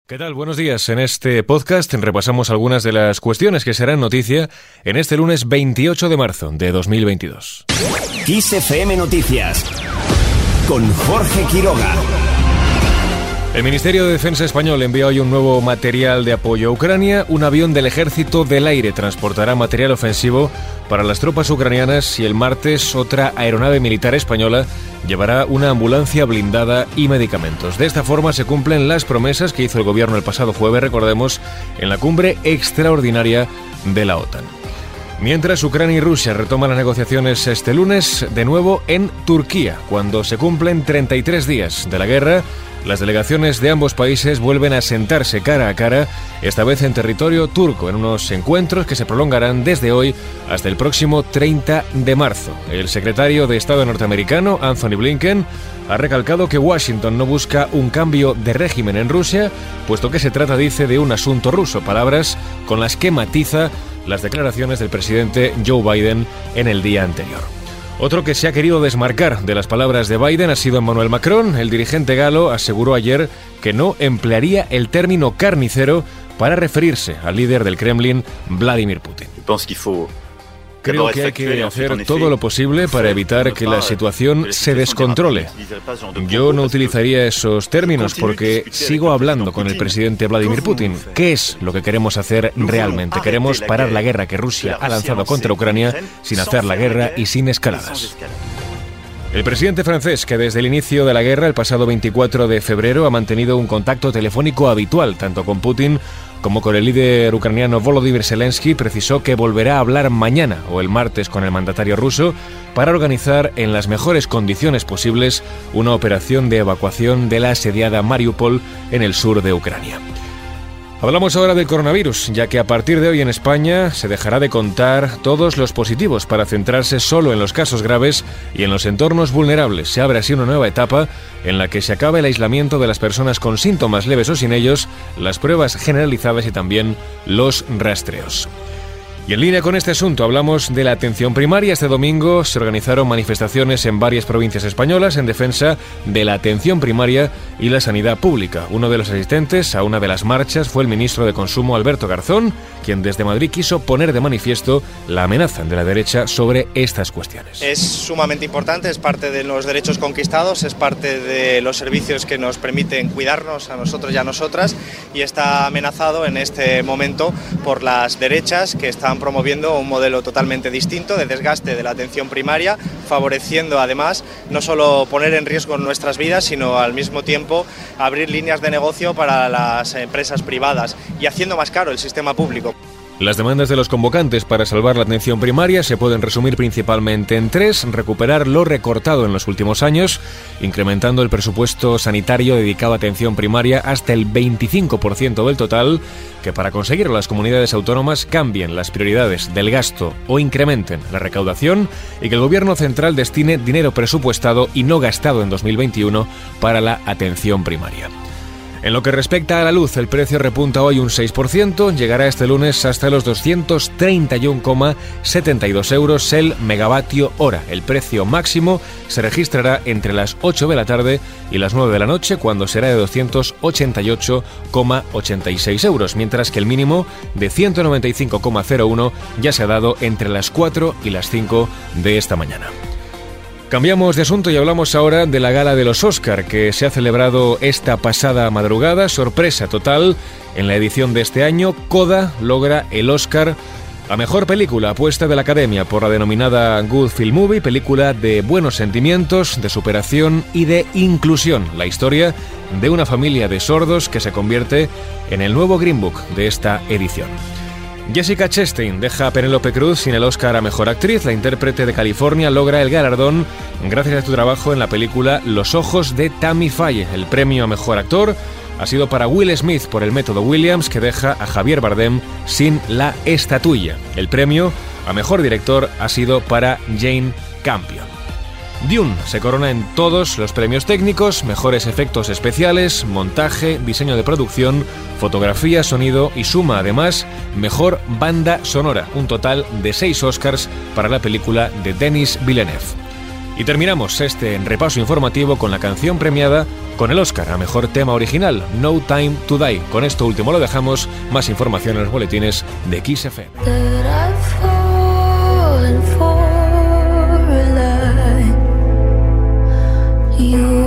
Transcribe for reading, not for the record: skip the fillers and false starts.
¿Qué tal? Buenos días. En este podcast repasamos algunas de las cuestiones que serán noticia en este lunes 28 de marzo de 2022. Kiss FM Noticias con Jorge Quiroga. El Ministerio de Defensa español envía hoy un nuevo material de apoyo a Ucrania. Un avión del Ejército del Aire transportará material ofensivo para las tropas ucranianas y el martes otra aeronave militar española llevará una ambulancia blindada y medicamentos. De esta forma se cumplen las promesas que hizo el gobierno el pasado jueves, recordemos, en la cumbre extraordinaria de la OTAN. Mientras Ucrania y Rusia retoman las negociaciones este lunes, de nuevo en Turquía, cuando se cumplen 33 días de la guerra, las delegaciones de ambos países vuelven a sentarse cara a cara, esta vez en territorio turco, en unos encuentros que se prolongarán desde hoy hasta el próximo 30 de marzo. El secretario de Estado norteamericano, Anthony Blinken, ha recalcado que Washington no busca un cambio de régimen en Rusia, puesto que se trata, dice, de un asunto ruso, palabras con las que matiza las declaraciones del presidente Joe Biden en el día anterior. Otro que se ha querido desmarcar de las palabras de Biden ha sido Emmanuel Macron. El dirigente galo aseguró ayer que no emplearía el término carnicero para referirse al líder del Kremlin, Vladimir Putin. Creo que hay que hacer todo lo posible para evitar que la situación se descontrole. Yo no utilizaría esos términos porque sigo hablando con el presidente Vladimir Putin. ¿Qué es lo que queremos hacer realmente? Queremos parar la guerra que Rusia ha lanzado contra Ucrania sin hacer la guerra y sin escaladas. El presidente francés, que desde el inicio de la guerra, el pasado 24 de febrero, ha mantenido un contacto telefónico habitual, tanto con Putin como con el líder ucraniano Volodymyr Zelensky, precisó que volverá a hablar mañana o el martes con el mandatario ruso para organizar en las mejores condiciones posibles una operación de evacuación de la asediada Mariupol en el sur de Ucrania. Hablamos ahora del coronavirus, ya que a partir de hoy en España se dejará de contar todos los positivos para centrarse solo en los casos graves y en los entornos vulnerables. Se abre así una nueva etapa en la que se acaba el aislamiento de las personas con síntomas leves o sin ellos, las pruebas generalizadas y también los rastreos. Y en línea con este asunto hablamos de la atención primaria. Este domingo se organizaron manifestaciones en varias provincias españolas en defensa de la atención primaria y la sanidad pública. Uno de los asistentes a una de las marchas fue el ministro de Consumo, Alberto Garzón, quien desde Madrid quiso poner de manifiesto la amenaza de la derecha sobre estas cuestiones. Es sumamente importante, es parte de los derechos conquistados, es parte de los servicios que nos permiten cuidarnos a nosotros y a nosotras, y está amenazado en este momento por las derechas que están promoviendo un modelo totalmente distinto de desgaste de la atención primaria, favoreciendo además no solo poner en riesgo nuestras vidas, sino al mismo tiempo abrir líneas de negocio para las empresas privadas y haciendo más caro el sistema público. Las demandas de los convocantes para salvar la atención primaria se pueden resumir principalmente en tres: recuperar lo recortado en los últimos años, incrementando el presupuesto sanitario dedicado a atención primaria hasta el 25% del total, que para conseguirlo las comunidades autónomas cambien las prioridades del gasto o incrementen la recaudación, y que el gobierno central destine dinero presupuestado y no gastado en 2021 para la atención primaria. En lo que respecta a la luz, el precio repunta hoy un 6%, llegará este lunes hasta los 231,72 euros el megavatio hora. El precio máximo se registrará entre las 8 de la tarde y las 9 de la noche, cuando será de 288,86 euros, mientras que el mínimo de 195,01 ya se ha dado entre las 4 y las 5 de esta mañana. Cambiamos de asunto y hablamos ahora de la gala de los Oscar, que se ha celebrado esta pasada madrugada. Sorpresa total en la edición de este año. Coda logra el Oscar a Mejor Película, apuesta de la Academia por la denominada Good Film Movie, película de buenos sentimientos, de superación y de inclusión. La historia de una familia de sordos que se convierte en el nuevo Green Book de esta edición. Jessica Chastain deja a Penélope Cruz sin el Oscar a Mejor Actriz. La intérprete de California logra el galardón gracias a su trabajo en la película Los ojos de Tammy Faye. El premio a Mejor Actor ha sido para Will Smith por El método Williams, que deja a Javier Bardem sin la estatuilla. El premio a Mejor Director ha sido para Jane Campion. Dune se corona en todos los premios técnicos: mejores efectos especiales, montaje, diseño de producción, fotografía, sonido, y suma además mejor banda sonora, un total de 6 Oscars para la película de Denis Villeneuve. Y terminamos este repaso informativo con la canción premiada con el Oscar a Mejor Tema Original, No Time to Die. Con esto último lo dejamos. Más información en los boletines de Kiss FM. You